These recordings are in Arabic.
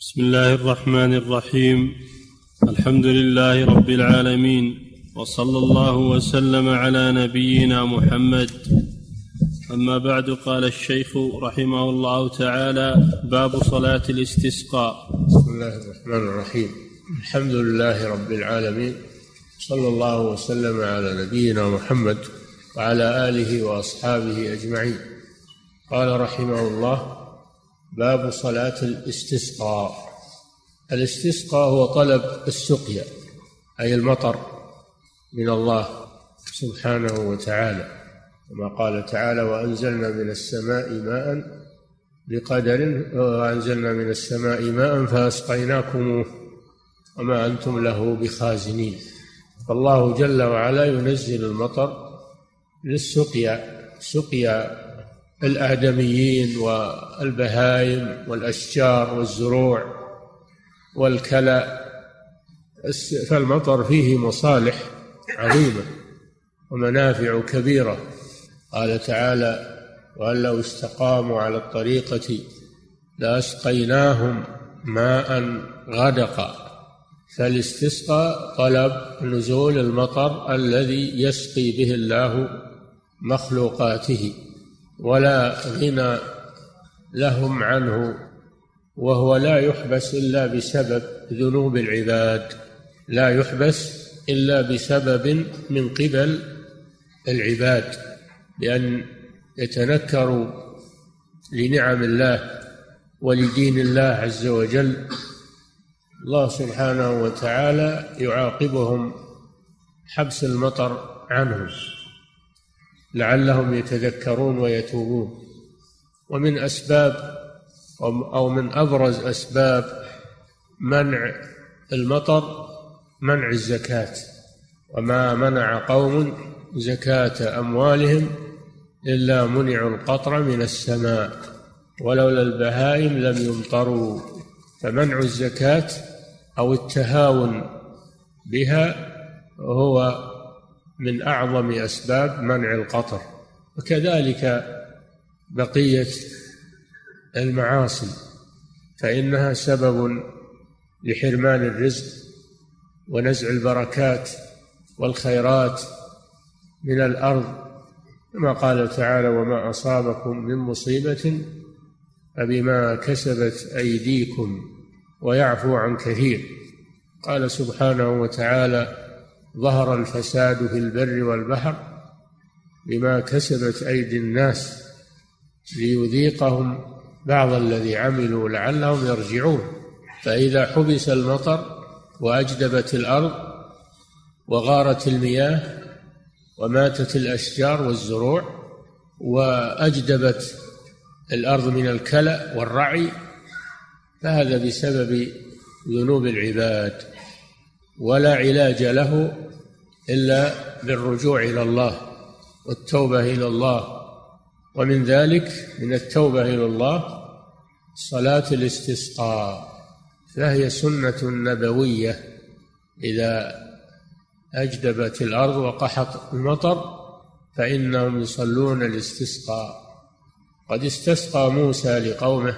بسم الله الرحمن الرحيم. الحمد لله رب العالمين، وصلى الله وسلم على نبينا محمد. أما بعد، قال الشيخ رحمه الله تعالى: باب صلاة الاستسقاء. بسم الله الرحمن الرحيم. الحمد لله رب العالمين، صلى الله وسلم على نبينا محمد وعلى آله وأصحابه أجمعين. قال رحمه الله: باب صلاة الاستسقاء. الاستسقاء هو طلب السقيا، أي المطر من الله سبحانه وتعالى، كما قال تعالى: وأنزلنا من السماء ماء بقدر وأنزلنا من السماء ماء فأسقيناكموه وما أنتم له بخازنين. فالله جل وعلا ينزل المطر للسقيا، سقيا الآدميين والبهائم والأشجار والزروع والكلى. فالمطر فيه مصالح عظيمة ومنافع كبيرة. قال تعالى: وأن لو استقاموا على الطريقة لأسقيناهم ماء غدقا. فالاستسقاء طلب نزول المطر الذي يسقي به الله مخلوقاته، ولا غنى لهم عنه، وهو لا يحبس إلا بسبب ذنوب العباد، لا يحبس إلا بسبب من قبل العباد، بأن يتنكروا لنعم الله ولدين الله عز وجل. الله سبحانه وتعالى يعاقبهم حبس المطر عنهم لعلهم يتذكرون ويتوبون. ومن أسباب أو من أبرز أسباب منع المطر منع الزكاة. وما منع قوم زكاة أموالهم إلا منعوا القطر من السماء ولولا البهائم لم يمطروا. فمنع الزكاة أو التهاون بها هو من أعظم أسباب منع القطر. وكذلك بقية المعاصي، فإنها سبب لحرمان الرزق ونزع البركات والخيرات من الأرض، كما قال تعالى: وما أصابكم من مصيبة فبما كسبت أيديكم ويعفو عن كثير. قال سبحانه وتعالى: ظهر الفساد في البر والبحر بما كسبت أيدي الناس ليذيقهم بعض الذي عملوا لعلهم يرجعون. فإذا حبس المطر وأجدبت الأرض وغارت المياه وماتت الأشجار والزروع وأجدبت الأرض من الكلى والرعي، فهذا بسبب ذنوب العباد، ولا علاج له إلا بالرجوع إلى الله والتوبة إلى الله. ومن ذلك، من التوبة إلى الله، صلاة الاستسقاء، فهي سنة نبوية. إذا أجدبت الأرض وقحط المطر فإنهم يصلون الاستسقاء. قد استسقى موسى لقومه،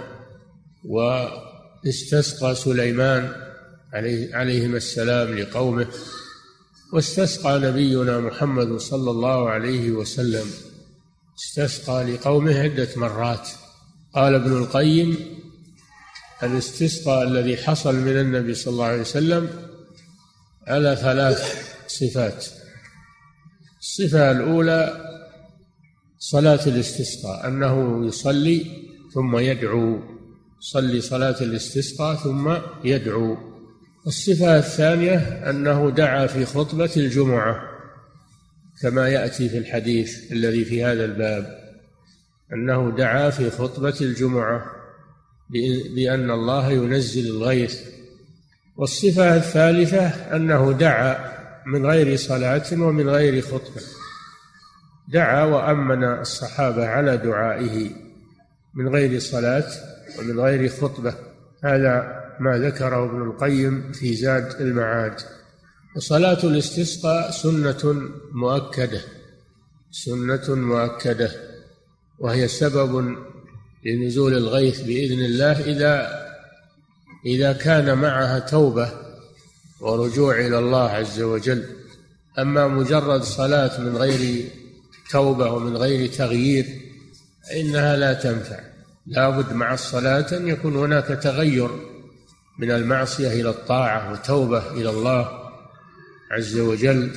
واستسقى سليمان عليهما السلام لقومه، واستسقى نبينا محمد صلى الله عليه وسلم، استسقى لقومه عدة مرات. قال ابن القيم: الاستسقاء الذي حصل من النبي صلى الله عليه وسلم على 3 صفات. الصفة الأولى صلاة الاستسقاء، أنه يصلي ثم يدعو، يصلي صلاة الاستسقاء ثم يدعو. الصفة الثانية أنه دعا في خطبة الجمعة، كما يأتي في الحديث الذي في هذا الباب، أنه دعا في خطبة الجمعة بأن الله ينزل الغيث. والصفة الثالثة أنه دعا من غير صلاة ومن غير خطبة، دعا وأمن الصحابة على دعائه من غير صلاة ومن غير خطبة. هذا ما ذكره ابن القيم في زاد المعاد. وصلاة الاستسقاء سنة مؤكدة، سنة مؤكدة، وهي سبب لنزول الغيث بإذن الله إذا إذا كان معها توبة ورجوع إلى الله عز وجل. أما مجرد صلاة من غير توبة ومن غير تغيير فإنها لا تنفع. لا بد مع الصلاة أن يكون هناك تغير من المعصية إلى الطاعة وتوبة إلى الله عز وجل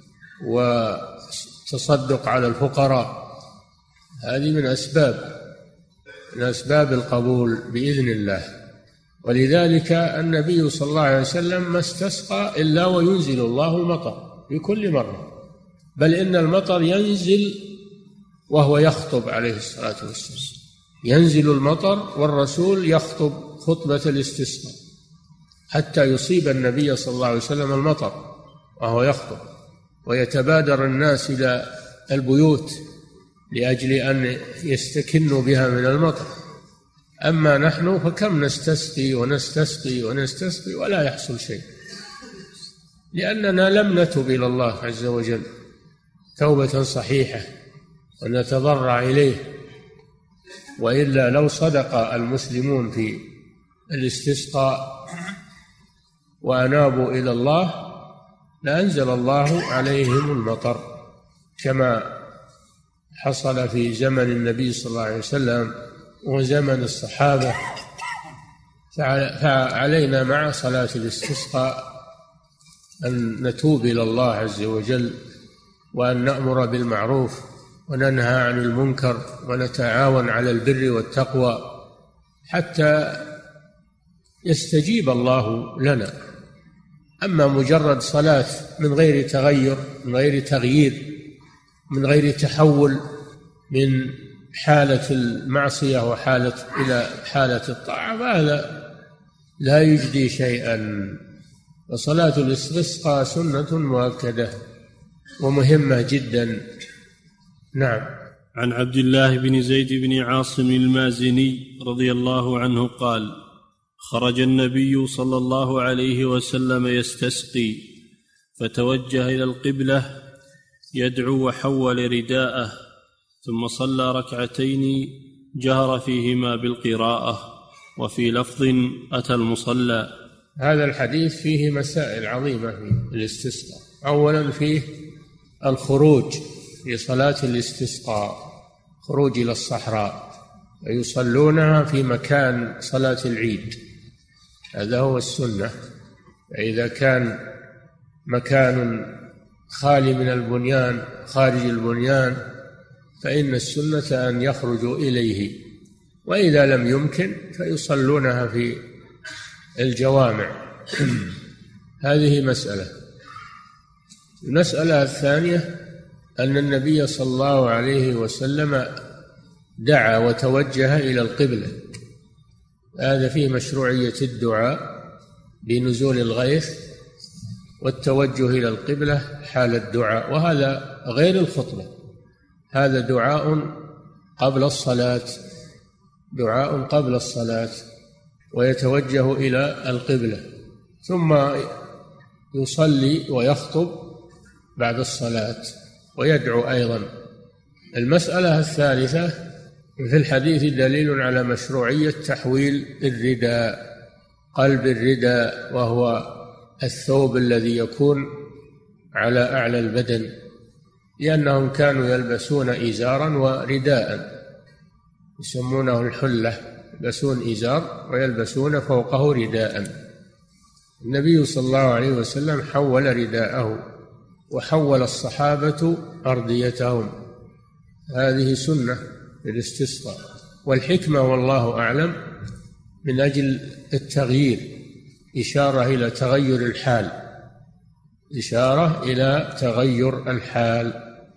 وتصدق على الفقراء. هذه من أسباب القبول بإذن الله. ولذلك النبي صلى الله عليه وسلم ما استسقى إلا وينزل الله المطر في كل مرة، بل إن المطر ينزل وهو يخطب عليه الصلاة والسلام. ينزل المطر والرسول يخطب خطبة الاستسقاء حتى يصيب النبي صلى الله عليه وسلم المطر وهو يخطب، ويتبادر الناس إلى البيوت لأجل أن يستكنوا بها من المطر. أما نحن فكم نستسقي ونستسقي ونستسقي ولا يحصل شيء، لأننا لم نتب إلى الله عز وجل توبة صحيحة ونتضرع إليه. وإلا لو صدق المسلمون في الاستسقاء وأنابوا إلى الله لأنزل الله عليهم المطر كما حصل في زمن النبي صلى الله عليه وسلم وزمن الصحابة. فعلينا مع صلاة الاستسقاء أن نتوب إلى الله عز وجل، وأن نأمر بالمعروف وننهى عن المنكر ونتعاون على البر والتقوى حتى يستجيب الله لنا. أما مجرد صلاة من غير تغير، من غير تغيير، من غير تحول من حالة المعصية وحالة إلى حالة الطاعة، فهذا لا يجدي شيئا. وصلاة الاستسقاء سنة مؤكدة ومهمة جدا. نعم. عن عبد الله بن زيد بن عاصم المازني رضي الله عنه قال: خرج النبي صلى الله عليه وسلم يستسقي، فتوجه إلى القبلة يدعو وحول رداءه، ثم صلى ركعتين جهر فيهما بالقراءة، وفي لفظ أتى المصلى. هذا الحديث فيه مسائل عظيمة في الاستسقاء. أولا فيه الخروج في صلاة الاستسقاء، خروج إلى الصحراء ويصلونها في مكان صلاة العيد، هذا هو السنة. فإذا كان مكان خالي من البنيان خارج البنيان فإن السنة أن يخرجوا إليه، وإذا لم يمكن فيصلونها في الجوامع. هذه مسألة. المسألة الثانية أن النبي صلى الله عليه وسلم دعا وتوجه إلى القبلة، هذا فيه مشروعية الدعاء بنزول الغيث والتوجه إلى القبلة حال الدعاء، وهذا غير الخطبة، هذا دعاء قبل الصلاة، دعاء قبل الصلاة، ويتوجه إلى القبلة ثم يصلي ويخطب بعد الصلاة ويدعو أيضا. المسألة الثالثة في الحديث دليل على مشروعية تحويل الرداء، قلب الرداء وهو الثوب الذي يكون على أعلى البدن، لأنهم كانوا يلبسون إزارا ورداء يسمونه الحلة، يلبسون إزار ويلبسون فوقه رداء. النبي صلى الله عليه وسلم حول رداءه وحول الصحابة أرديتهم، هذه سنة للاستسقاء. والحكمة والله أعلم من أجل التغيير، إشارة إلى تغير الحال، إشارة إلى تغير الحال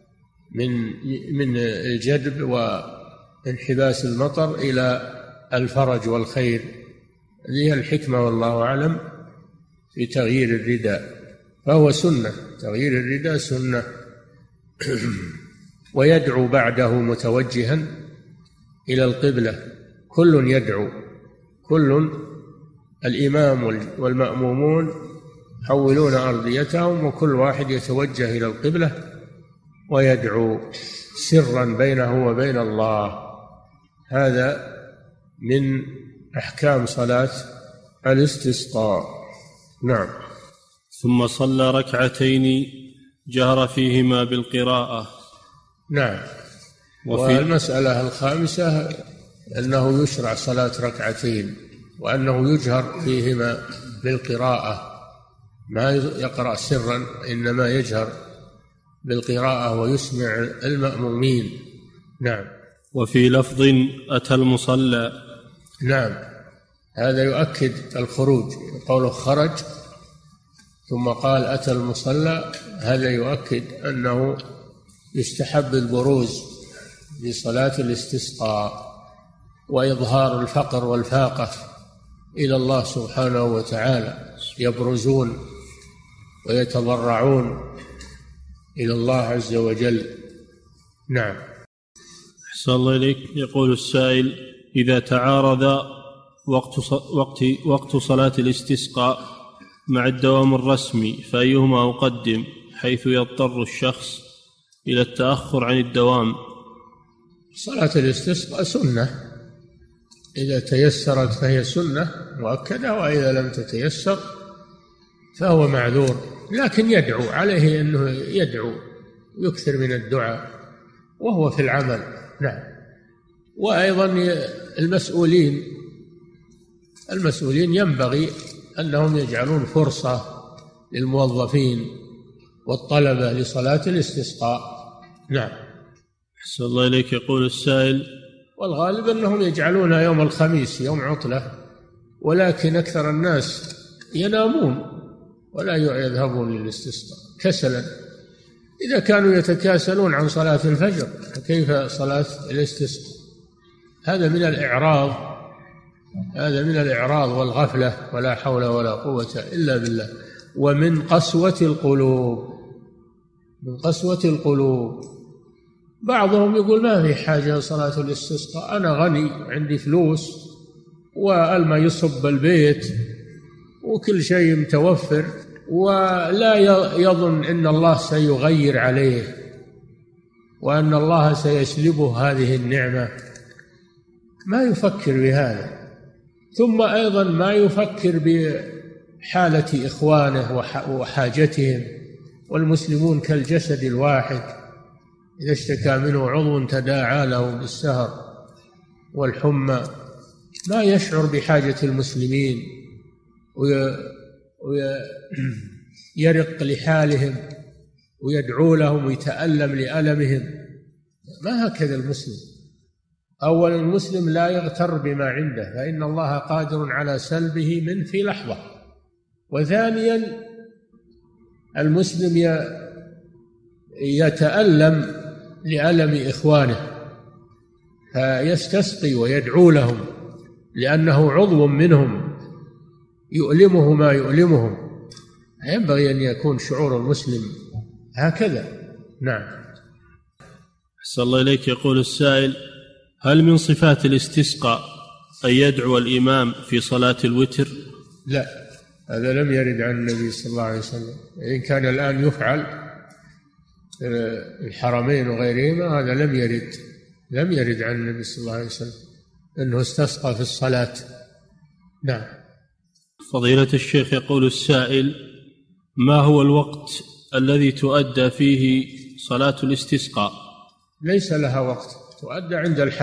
من الجدب وانحباس المطر إلى الفرج والخير. هذه الحكمة والله أعلم في تغيير الرداء، فهو سنة، تغيير الرداء سنة. ويدعو بعده متوجها إلى القبلة، كل يدعو، كل الإمام والمأمومون يحولون أرضيتهم وكل واحد يتوجه إلى القبلة ويدعو سرا بينه وبين الله. هذا من أحكام صلاة الاستسقاء. نعم. ثم صلى ركعتين جهر فيهما بالقراءة. نعم. والمسألة الخامسة أنه يشرع صلاة ركعتين وأنه يجهر فيهما بالقراءة، ما يقرأ سرا، إنما يجهر بالقراءة ويسمع المأمومين. نعم. وفي لفظ أتى المصلى. نعم، هذا يؤكد الخروج، قوله خرج ثم قال أتى المصلى، هذا يؤكد أنه يستحب البروز لصلاة الاستسقاء وإظهار الفقر والفاقة إلى الله سبحانه وتعالى، يبرزون ويتضرعون إلى الله عز وجل. نعم. أحسن الله إليك. يقول السائل: إذا تعارض وقت صلاة الاستسقاء مع الدوام الرسمي فأيهما أقدم، حيث يضطر الشخص إلى التأخر عن الدوام؟ صلاة الاستسقاء سنة، إذا تيسرت فهي سنة مؤكدة، وإذا لم تتيسر فهو معذور، لكن يدعو، عليه أنه يدعو، يكثر من الدعاء وهو في العمل. نعم. وأيضا المسؤولين ينبغي أنهم يجعلون فرصة للموظفين والطلبة لصلاة الاستسقاء. نعم. أحسن الله إليك. يقول السائل: والغالب أنهم يجعلونها يوم الخميس يوم عطلة، ولكن أكثر الناس ينامون ولا يذهبون للاستسقاء كسلا. إذا كانوا يتكاسلون عن صلاة الفجر فكيف صلاة الاستسقاء؟ هذا من الإعراض والغفلة، ولا حول ولا قوة إلا بالله. ومن قسوة القلوب، بعضهم يقول ما في حاجة صلاة الاستسقاء، أنا غني عندي فلوس والماء يصب البيت وكل شيء متوفر، ولا يظن أن الله سيغير عليه وأن الله سيسلبه هذه النعمة، ما يفكر بهذا. ثم أيضا ما يفكر بحالة إخوانه وحاجتهم، والمسلمون كالجسد الواحد، إذا اشتكى منه عضو تداعى له بالسهر والحمى، ما يشعر بحاجة المسلمين ويرق لحالهم ويدعو لهم ويتألم لألمهم. ما هكذا المسلم. أولا، المسلم لا يغتر بما عنده، فإن الله قادر على سلبه منه في لحظة. وثانيا، المسلم يتألم لألم إخوانه فيستسقي ويدعو لهم، لأنه عضو منهم يؤلمه ما يؤلمهم. ينبغي أن يكون شعور المسلم هكذا. نعم. أحسن الله إليك. يقول السائل: هل من صفات الاستسقاء أن يدعو الإمام في صلاة الوتر؟ لا، هذا لم يرد عن النبي صلى الله عليه وسلم. إن كان الآن يفعل الحرمين وغيرهما، هذا لم يرد عن النبي صلى الله عليه وسلم أنه استسقى في الصلاة. نعم. فضيلة الشيخ، يقول السائل: ما هو الوقت الذي تؤدى فيه صلاة الاستسقاء؟ ليس لها وقت، تؤدى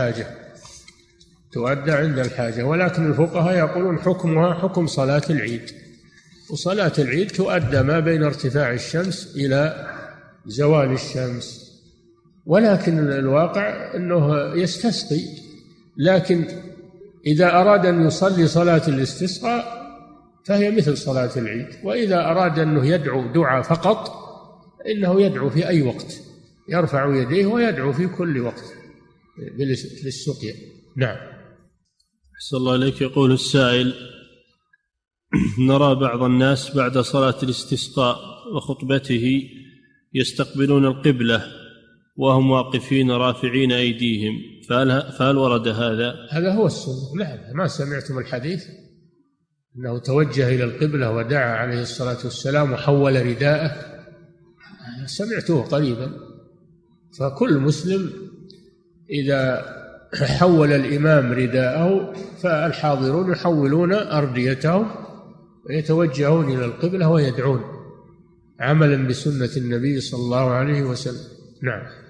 عند الحاجة، ولكن الفقهاء يقولون حكمها حكم صلاة العيد، وصلاة العيد تؤدى ما بين ارتفاع الشمس إلى زوال الشمس، ولكن الواقع أنه يستسقي. لكن إذا أراد أن يصلي صلاة الاستسقاء فهي مثل صلاة العيد، وإذا أراد أنه يدعو دعاء فقط إنه يدعو في أي وقت، يرفع يديه ويدعو في كل وقت بالسقيا. نعم. أحسن الله إليك. يقول السائل: نرى بعض الناس بعد صلاة الاستسقاء وخطبته يستقبلون القبلة وهم واقفين رافعين أيديهم، فهل ورد هذا؟ هذا هو السنة. نعم. ما سمعتم الحديث أنه توجه إلى القبلة ودعا عليه الصلاة والسلام وحول رداءه؟ سمعته قريبا. فكل مسلم إذا حول الإمام رداءه فالحاضرون يحولون أرديتهم ويتوجهون إلى القبلة ويدعون عملا بسنة النبي صلى الله عليه وسلم. نعم.